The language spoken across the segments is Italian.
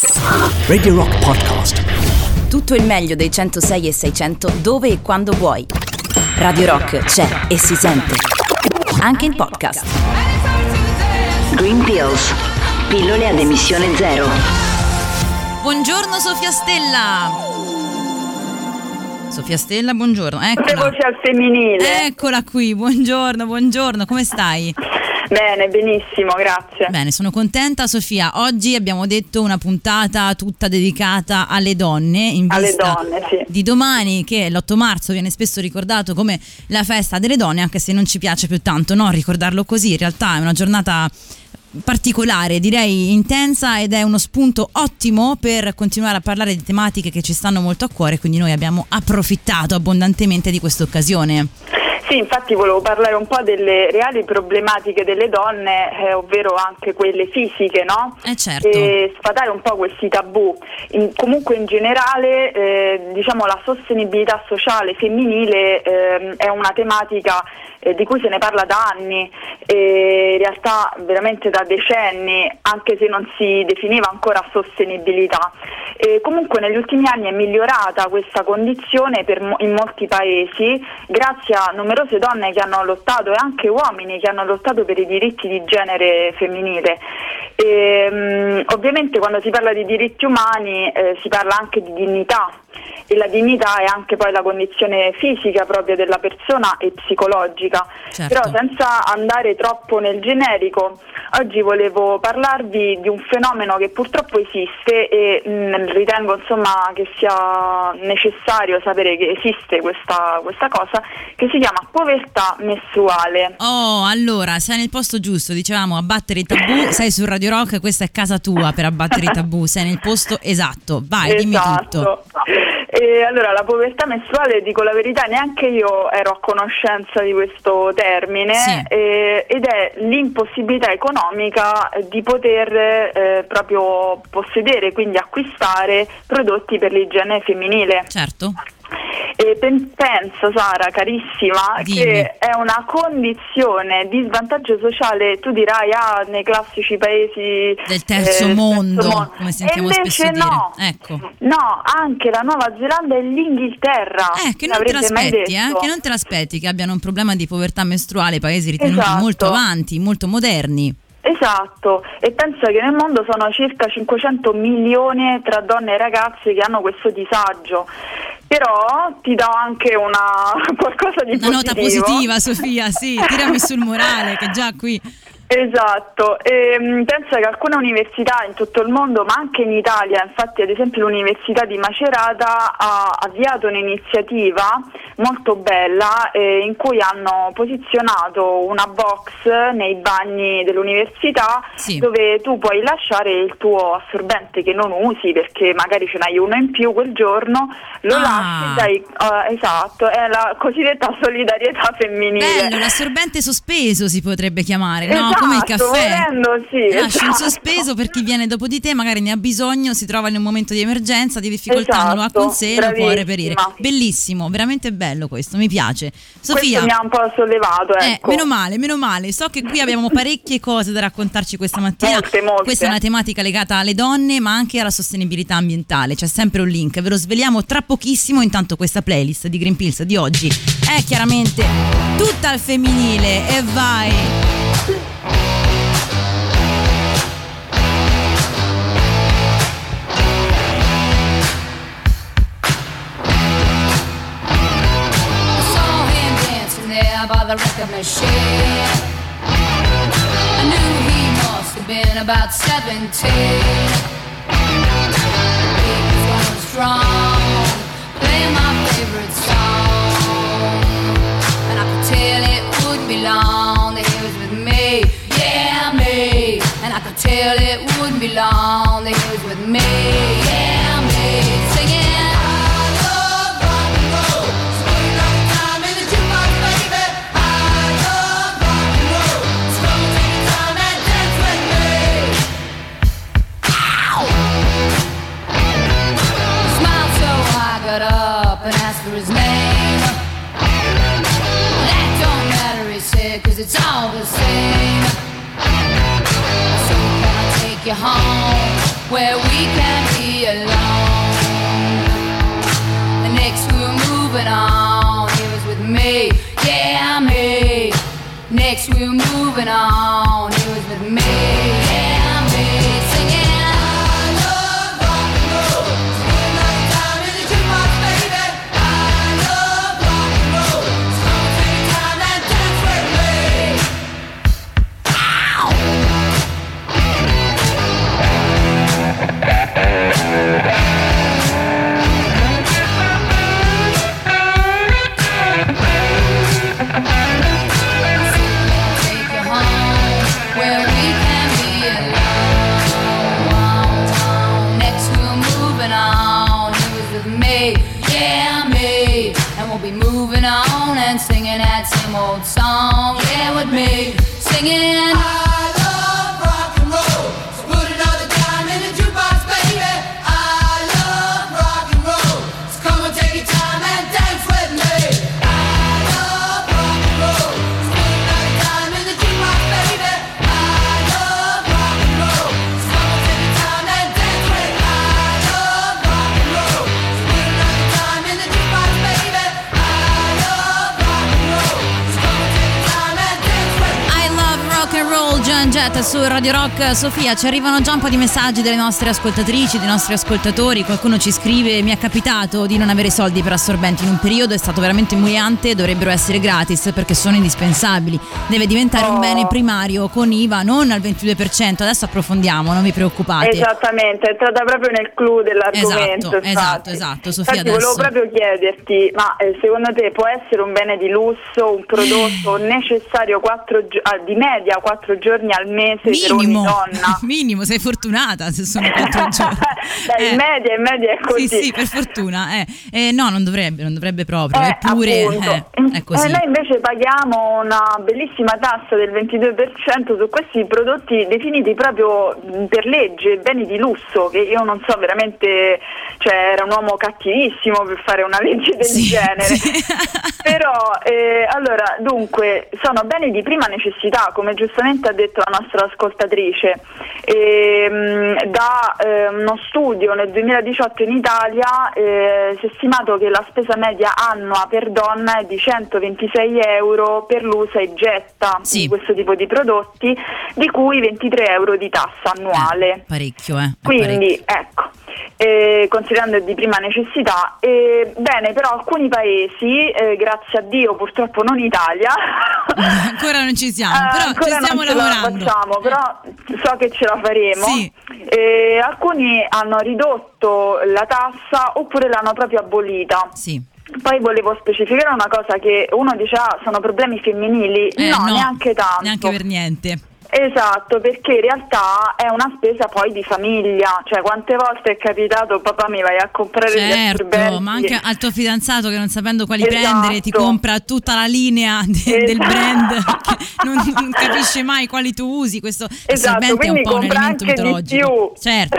Radio Rock Podcast. Tutto il meglio dei 106 e 600 dove e quando vuoi. Radio Rock c'è e si sente. Anche in podcast. Green Pills. Pillole ad emissione zero. Buongiorno Sofia Stella. Sofia Stella, buongiorno. Eccola. Voce al femminile. Eccola qui, buongiorno, come stai? Bene, benissimo, grazie. Bene, sono contenta Sofia. Oggi abbiamo detto una puntata tutta dedicata alle donne in vista alle donne, sì. Di domani, che l'8 marzo viene spesso ricordato come la festa delle donne, anche se non ci piace più tanto, no, ricordarlo così. In realtà è una giornata particolare, direi intensa, ed è uno spunto ottimo per continuare a parlare di tematiche che ci stanno molto a cuore, quindi noi abbiamo approfittato abbondantemente di questa occasione. Sì, infatti volevo parlare un po' delle reali problematiche delle donne, ovvero anche quelle fisiche, no? Certo. E sfatare un po' questi tabù. Comunque in generale, diciamo, la sostenibilità sociale femminile è una tematica di cui se ne parla da anni, e in realtà veramente da decenni, anche se non si definiva ancora sostenibilità. E comunque negli ultimi anni è migliorata questa condizione in molti paesi grazie a numerose donne che hanno lottato, e anche uomini che hanno lottato per i diritti di genere femminile. E, ovviamente quando si parla di diritti umani si parla anche di dignità, e la dignità è anche poi la condizione fisica propria della persona e psicologica. Certo. Però senza andare troppo nel generico, oggi volevo parlarvi di un fenomeno che purtroppo esiste, e ritengo insomma che sia necessario sapere che esiste questa cosa, che si chiama povertà mestruale. Oh, allora, sei nel posto giusto, dicevamo abbattere i tabù, sei su Radio Rock, questa è casa tua per abbattere i tabù, sei nel posto esatto, vai, dimmi tutto. E allora, la povertà mestruale, dico la verità, neanche io ero a conoscenza di questo termine, sì. Ed è l'impossibilità economica di poter proprio possedere, quindi acquistare prodotti per l'igiene femminile. Certo. E penso, Sara, carissima, Dimmi. che è una condizione di svantaggio sociale, tu dirai, nei classici paesi del terzo mondo, come sentiamo e invece spesso no, dire. Ecco. No, anche la Nuova Zelanda e l'Inghilterra. Che non te l'aspetti, che non te l'aspetti che abbiano un problema di povertà mestruale, paesi ritenuti Esatto. molto avanti, molto moderni. Esatto, e pensa che nel mondo sono circa 500 milioni tra donne e ragazze che hanno questo disagio. Però ti do anche qualcosa di positivo. Una nota positiva, Sofia, sì, tirami sul morale che già qui. Esatto, pensa che alcune università in tutto il mondo, ma anche in Italia, infatti ad esempio l'Università di Macerata ha avviato un'iniziativa molto bella in cui hanno posizionato una box nei bagni dell'università, sì, dove tu puoi lasciare il tuo assorbente che non usi perché magari ce n'hai uno in più quel giorno, lo lasci, esatto, è la cosiddetta solidarietà femminile. Bello, l'assorbente sospeso si potrebbe chiamare, no? Esatto, Come il caffè. volendo, sì, Lasci in esatto. sospeso per chi viene dopo di te, magari ne ha bisogno, si trova in un momento di emergenza, di difficoltà, non lo ha Esatto, con sé, lo può reperire. bravissima. Bellissimo, veramente bello questo, mi piace. Sofia, Questo mi ha un po' sollevato, ecco. meno male. So che qui abbiamo parecchie cose da raccontarci questa mattina. Molte. Questa è una tematica legata alle donne, ma anche alla sostenibilità ambientale. C'è sempre un link, ve lo sveliamo tra pochissimo. Intanto questa playlist di Green Pills di oggi è chiaramente tutta al femminile, e vai. By the record machine, I knew he must have been about 17. He was going strong, playing my favorite song, and I could tell it wouldn't be long that he was with me, yeah, me. And I could tell it wouldn't be long that he was with me, yeah, me. Singing. Got up and asked for his name. That don't matter, he said, 'cause it's all the same. So can I take you home? where we can be alone. And next we're moving on. Here is with me, yeah, me. Next we're moving on. Here is with me, yeah, me. Singing. Singing that same old song, yeah, with me, singing. I love rock and roll, so put another dime in the jukebox, baby. I love rock and roll, so come and take your time and dance with me. I love rock and roll, so put another dime in the jukebox, baby. I love rock and roll, so come and take your time and dance with me. I love rock and roll, so put another dime in the jukebox, baby. Rock and roll, Joan Jett su Radio Rock. Sofia, ci arrivano già un po' di messaggi delle nostre ascoltatrici, dei nostri ascoltatori. Qualcuno ci scrive: mi è capitato di non avere soldi per assorbenti in un periodo, è stato veramente umiliante, dovrebbero essere gratis perché sono indispensabili, deve diventare un bene primario con IVA non al 22%. Adesso approfondiamo, non vi preoccupate. Esattamente, è entrata proprio nel clou dell'argomento. Esatto, Sofia. Infatti, volevo proprio chiederti, ma secondo te può essere un bene di lusso, un prodotto necessario di media 4 giorni al mese per ogni donna? Minimo, sei fortunata se sono 4 giorni. In media è così. Sì, per fortuna. No, non dovrebbe proprio, eppure è così. Noi invece paghiamo una bellissima tassa del 22% su questi prodotti definiti proprio per legge beni di lusso, che io non so veramente, cioè era un uomo cattivissimo per fare una legge del genere. Sì. Però allora, dunque, sono beni di prima necessità, come giustamente ha detto la nostra ascoltatrice. Da uno studio nel 2018 in Italia si è stimato che la spesa media annua per donna è di 126 euro per l'usa e getta di questo tipo di prodotti, di cui 23 euro di tassa annuale. Parecchio, Quindi ecco, considerando di prima necessità. Bene, però alcuni paesi, grazie a Dio, purtroppo non Italia, ancora non ci siamo, però ci stiamo lavorando. Però so che ce la faremo. Sì. Alcuni hanno ridotto la tassa oppure l'hanno proprio abolita. Sì. Poi volevo specificare una cosa, che uno dice sono problemi femminili. No, neanche tanto. Neanche per niente. Esatto, perché in realtà è una spesa poi di famiglia, cioè quante volte è capitato papà mi vai a comprare gli assorbenti, ma anche al tuo fidanzato che non sapendo quali prendere ti compra tutta la linea del brand, che non capisce mai quali tu usi. Questo assorbente è un po' un elemento mitologico. Certo.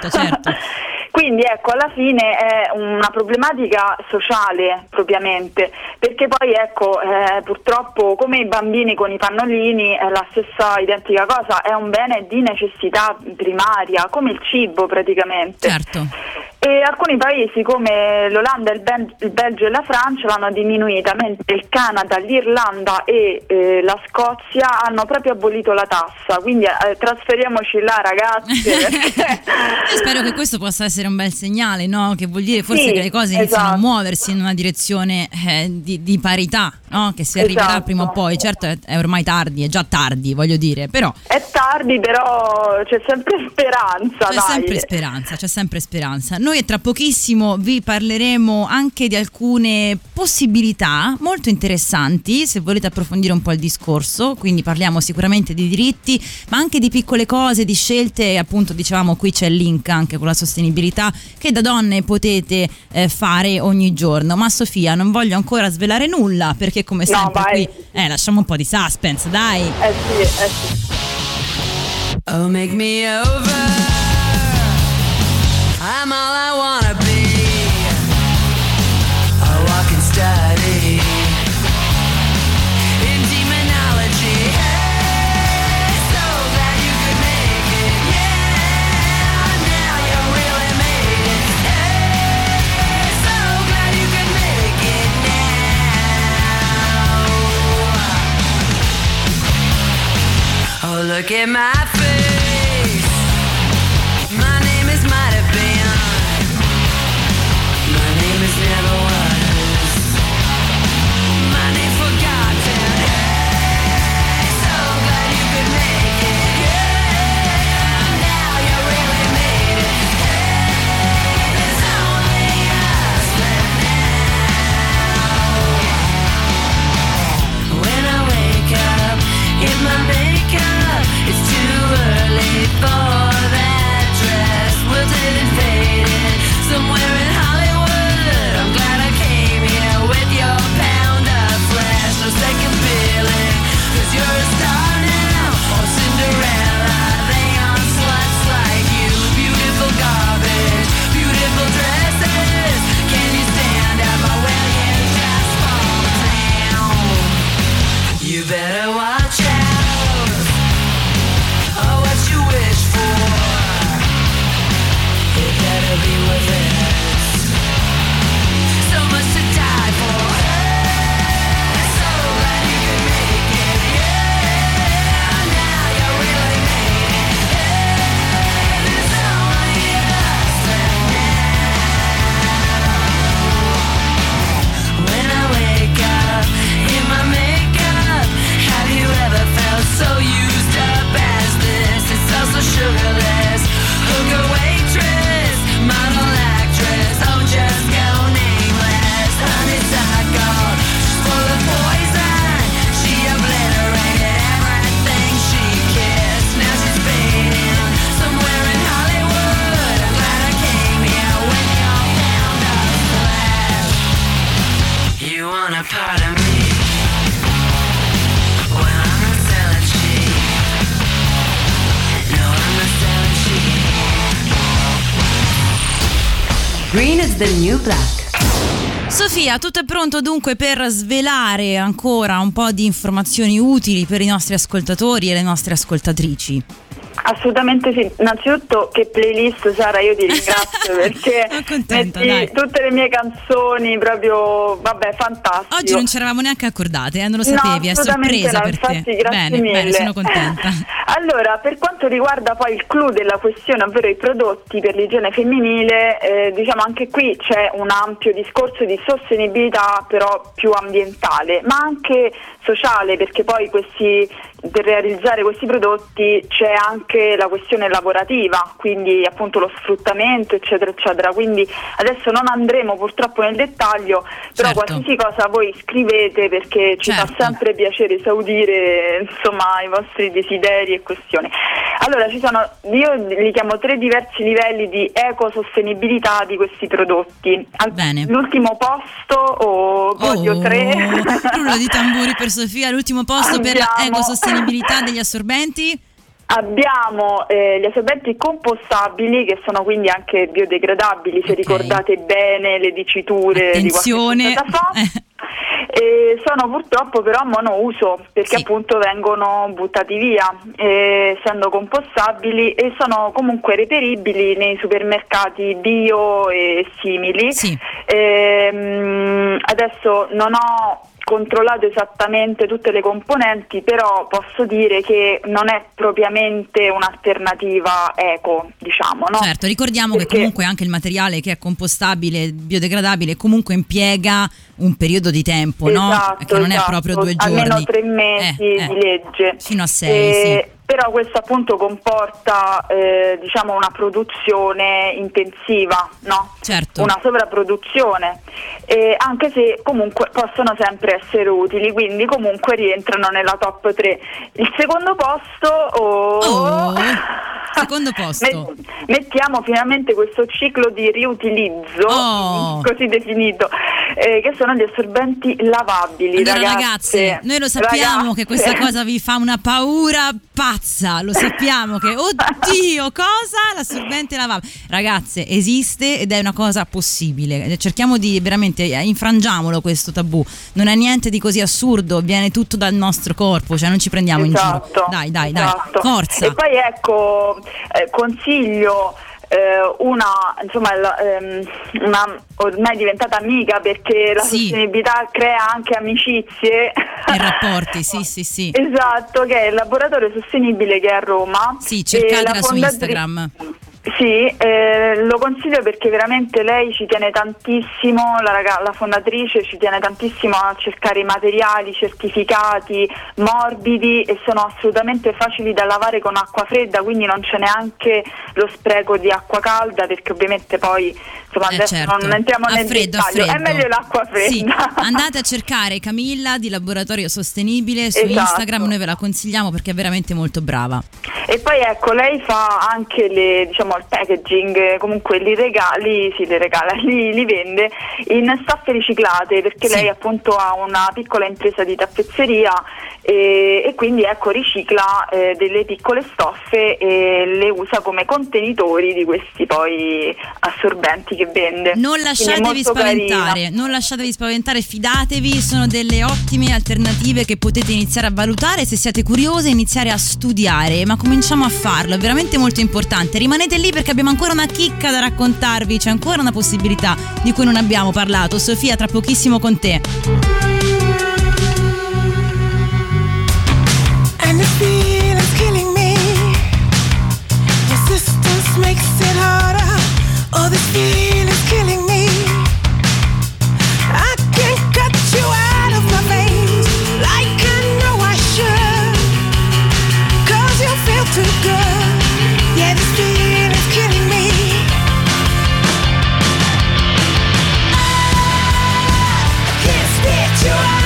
Quindi ecco, alla fine è una problematica sociale propriamente, perché poi ecco, purtroppo come i bambini con i pannolini è la stessa identica cosa, è un bene di necessità primaria, come il cibo praticamente. Certo. E alcuni paesi come l'Olanda, il Belgio e la Francia l'hanno diminuita, mentre il Canada, l'Irlanda e la Scozia hanno proprio abolito la tassa. Quindi trasferiamoci là, ragazze. Io spero che questo possa essere un bel segnale, no? Che vuol dire forse che le cose iniziano a muoversi in una direzione di parità, no? Che si arriverà prima o poi. Certo è ormai tardi, è già tardi, voglio dire, però è tardi, però c'è sempre speranza. C'è sempre speranza. Noi tra pochissimo vi parleremo anche di alcune possibilità molto interessanti, se volete approfondire un po' il discorso. Quindi parliamo sicuramente di diritti, ma anche di piccole cose, di scelte. Appunto, dicevamo, qui c'è il link anche con la sostenibilità che da donne potete fare ogni giorno. Ma Sofia, non voglio ancora svelare nulla, perché come sempre qui lasciamo un po' di suspense, dai. Sì. Oh, make me over, I'm all I wanna be, a walking study in demonology. Hey, so glad you could make it, yeah, now be worth it. So much to die for. So glad you could make it. Yeah, now you really made it. There's only us now. When I wake up in my makeup, have you ever felt so used up as this? It's also sugarless. Hooker, waitress, model, actress, oh just go nameless. Honeysuckle, she's full of poison. She obliterated everything she kissed. Now she's fading somewhere in Hollywood. I'm glad I came here when your pound of flesh. You want a part of me? Well, I'm not selling cheap. No, I'm not selling cheap. Green is the new black. Sofia, tutto è pronto dunque per svelare ancora un po' di informazioni utili per i nostri ascoltatori e le nostre ascoltatrici? Assolutamente sì. Innanzitutto che playlist, Sara, io ti ringrazio perché contenta, metti dai. tutte le mie canzoni proprio, vabbè, fantastico. Oggi non ci eravamo neanche accordate, non lo sapevi, è sorpresa no, per infatti, te. Grazie mille. Bene, sono contenta. Allora, per quanto riguarda poi il clou della questione, ovvero i prodotti per l'igiene femminile, diciamo anche qui c'è un ampio discorso di sostenibilità però più ambientale, ma anche sociale, perché poi per realizzare questi prodotti c'è anche la questione lavorativa, quindi appunto lo sfruttamento eccetera eccetera, quindi adesso non andremo purtroppo nel dettaglio, però Certo. qualsiasi cosa voi scrivete perché ci Certo. fa sempre piacere esaudire insomma i vostri desideri e questioni. Allora io li chiamo 3 diversi livelli di ecosostenibilità di questi prodotti. Bene. L'ultimo posto o podio 3 rullo di tamburi per Sofia, l'ultimo posto per la Abbiamo- ecosostenibilità degli assorbenti. Abbiamo gli assorbenti compostabili che sono quindi anche biodegradabili, se Ok. ricordate bene le diciture Attenzione. di qualche puntata fa. E sono purtroppo però monouso perché Sì. appunto vengono buttati via essendo compostabili, e sono comunque reperibili nei supermercati bio e simili. Sì. Adesso non ho controllato esattamente tutte le componenti, però posso dire che non è propriamente un'alternativa eco, diciamo, no? Certo, ricordiamo che Perché- comunque anche il materiale che è compostabile, biodegradabile, comunque impiega un periodo di tempo, no? Esatto, Che non è esatto. proprio 2 giorni. Almeno 3 mesi di legge. Fino a 6, sì. Però questo appunto comporta diciamo una produzione intensiva, no? Certo. Una sovrapproduzione, anche se comunque possono sempre essere utili, quindi comunque rientrano nella top 3. Il secondo posto secondo posto. mettiamo finalmente questo ciclo di riutilizzo, così definito, che sono gli assorbenti lavabili. Allora ragazze, ragazze, noi lo sappiamo che questa cosa vi fa una paura pazza, lo sappiamo che oddio cosa? L'assorbente lavabile. Ragazze, esiste ed è una cosa possibile, cerchiamo di veramente infrangiamolo questo tabù, non è niente di così assurdo, viene tutto dal nostro corpo, cioè non ci prendiamo in giro. Dai, esatto. forza. E poi ecco, consiglio una ormai diventata amica, perché la sostenibilità crea anche amicizie e rapporti, sì. Esatto, che è il laboratorio sostenibile che è a Roma. Sì, cercatela su Instagram. Sì, lo consiglio perché veramente lei ci tiene tantissimo, la fondatrice ci tiene tantissimo a cercare i materiali certificati, morbidi, e sono assolutamente facili da lavare con acqua fredda, quindi non c'è neanche lo spreco di acqua calda, perché ovviamente poi insomma adesso certo. non entriamo nel dettaglio, è meglio l'acqua fredda. Sì, andate a cercare Camilla di Laboratorio Sostenibile su Esatto. Instagram, noi ve la consigliamo perché è veramente molto brava. E poi ecco, lei fa anche il packaging, comunque li vende in stoffe riciclate, perché lei appunto ha una piccola impresa di tappezzeria e quindi ecco ricicla delle piccole stoffe e le usa come contenitori di questi poi assorbenti che vende. Non lasciatevi spaventare, fidatevi, sono delle ottime alternative che potete iniziare a valutare se siete curiose, iniziare a studiare, ma cominciamo a farlo, è veramente molto importante. Rimanete lì perché abbiamo ancora una chicca da raccontarvi, c'è ancora una possibilità di cui non abbiamo parlato. Sofia, tra pochissimo con te. And the feeling's killing me. Resistance makes it harder. Oh, this feeling's killing me. I can't cut you out of my veins like I know I should. 'Cause you feel too good. Yeah, this feeling's killing me. I can't spit you out.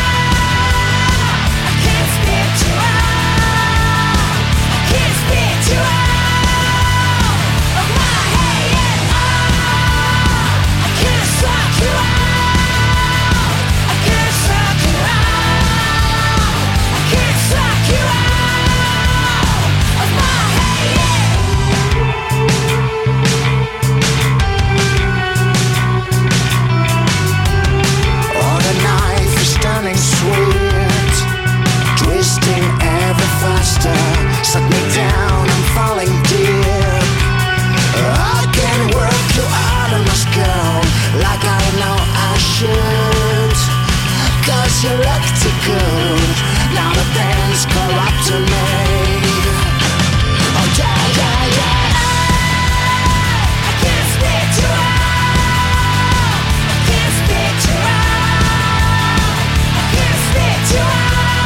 Suck me down, I'm falling deep. I can work you out of my skull like I know I should. 'Cause you look too good, now the things corrupt to me. Oh yeah, yeah, yeah. I can't spit you out. I can't spit you out. I can't spit you out.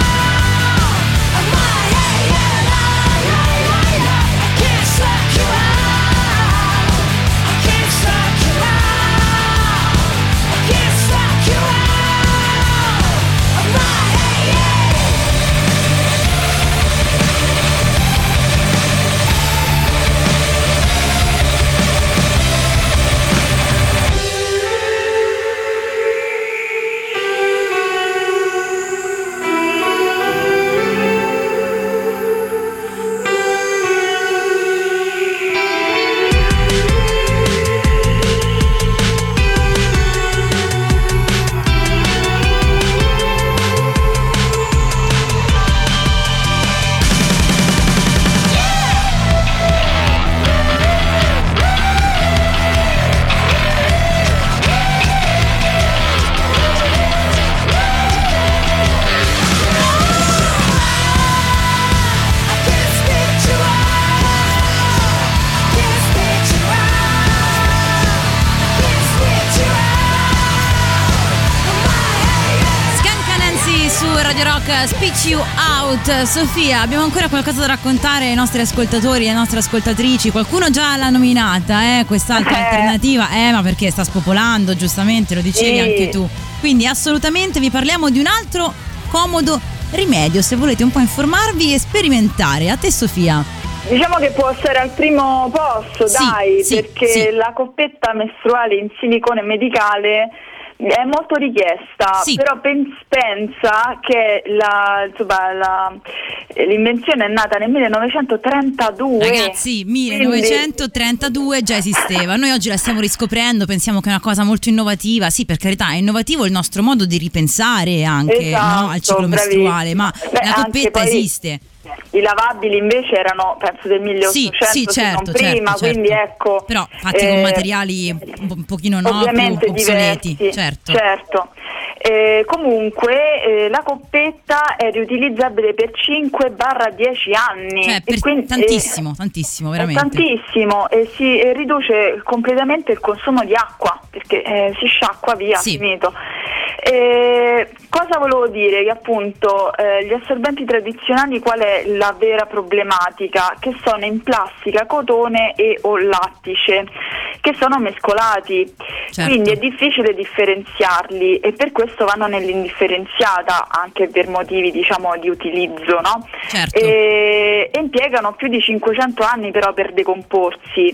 Speak You Out. Sofia, abbiamo ancora qualcosa da raccontare ai nostri ascoltatori e alle nostre ascoltatrici? Qualcuno già l'ha nominata, quest'altra alternativa, ma perché sta spopolando, giustamente, lo dicevi anche tu. Quindi assolutamente vi parliamo di un altro comodo rimedio, se volete un po' informarvi e sperimentare. A te, Sofia. Diciamo che può essere al primo posto, perché la coppetta mestruale in silicone medicale è molto richiesta, però pensa che l'invenzione è nata nel 1932. Ragazzi, 1932 già esisteva. Noi oggi la stiamo riscoprendo, pensiamo che è una cosa molto innovativa. Sì, per carità, è innovativo il nostro modo di ripensare anche al ciclo mestruale, ma la coppetta esiste. I lavabili invece erano, penso, del 1800, certo, prima, quindi ecco. Però fatti con materiali un pochino ovviamente più obsoleti, diversi, certo. Comunque la coppetta è riutilizzabile per 5-10 anni, quindi, tantissimo veramente tantissimo, e si riduce completamente il consumo di acqua, perché si sciacqua via, finito. Cosa volevo dire? Che appunto gli assorbenti tradizionali, qual è la vera problematica? Che sono in plastica, cotone o lattice, che sono mescolati, quindi è difficile differenziarli, e per questo vanno nell'indifferenziata, anche per motivi di utilizzo, no? E impiegano più di 500 anni però per decomporsi,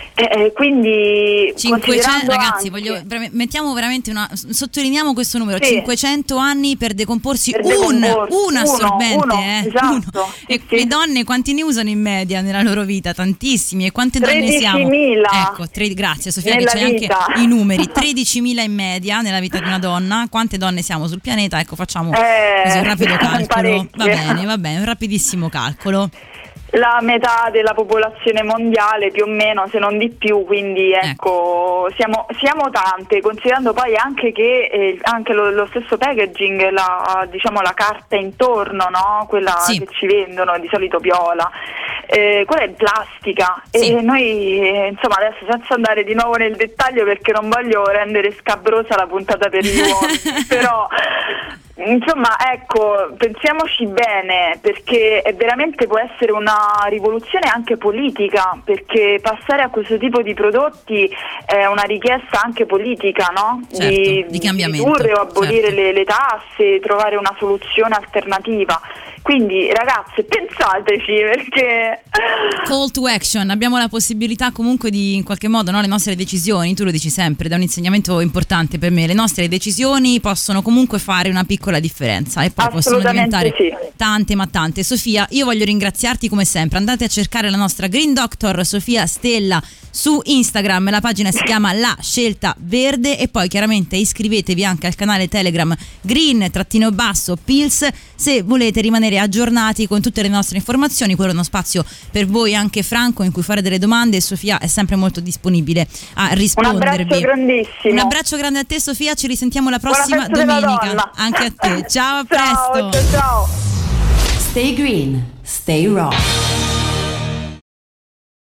quindi 500, ragazzi, mettiamo veramente sottolineiamo questo numero, 500 anni per decomporsi un assorbente, esatto. E le donne quanti ne usano in media nella loro vita? Tantissimi. E quante donne siamo? 13.000. Ecco, grazie Sofia, che c'è anche i numeri. 13.000 in media nella vita di una donna. Quante donne siamo sul pianeta? Ecco, facciamo così un rapido calcolo. Va bene, un rapidissimo calcolo. la metà della popolazione mondiale più o meno, se non di più, quindi ecco. Siamo tante, considerando poi anche che anche lo stesso packaging, la carta intorno, no? Quella che ci vendono di solito viola, quella è in plastica, e noi insomma, adesso senza andare di nuovo nel dettaglio perché non voglio rendere scabrosa la puntata per gli uomini, però insomma, ecco, pensiamoci bene, perché veramente può essere una rivoluzione anche politica, perché passare a questo tipo di prodotti è una richiesta anche politica, no? Certo, di cambiamento, ridurre o abolire le tasse, trovare una soluzione alternativa. Quindi ragazze, pensateci, perché call to action, abbiamo la possibilità comunque di, in qualche modo, no, le nostre decisioni, tu lo dici sempre, da un insegnamento importante per me, le nostre decisioni possono comunque fare una piccola differenza e poi possono diventare tante ma tante. Sofia, io voglio ringraziarti come sempre, andate a cercare la nostra Green Doctor Sofia Stella su Instagram, la pagina si chiama La Scelta Verde, e poi chiaramente iscrivetevi anche al canale Telegram Green_Pills se volete rimanere aggiornati con tutte le nostre informazioni. Quello è uno spazio per voi anche franco in cui fare delle domande, e Sofia è sempre molto disponibile a rispondervi. Un abbraccio grandissimo. Un abbraccio grande a te, Sofia, ci risentiamo la prossima domenica. Anche a te, ciao, a presto. Ciao. Stay green, stay raw.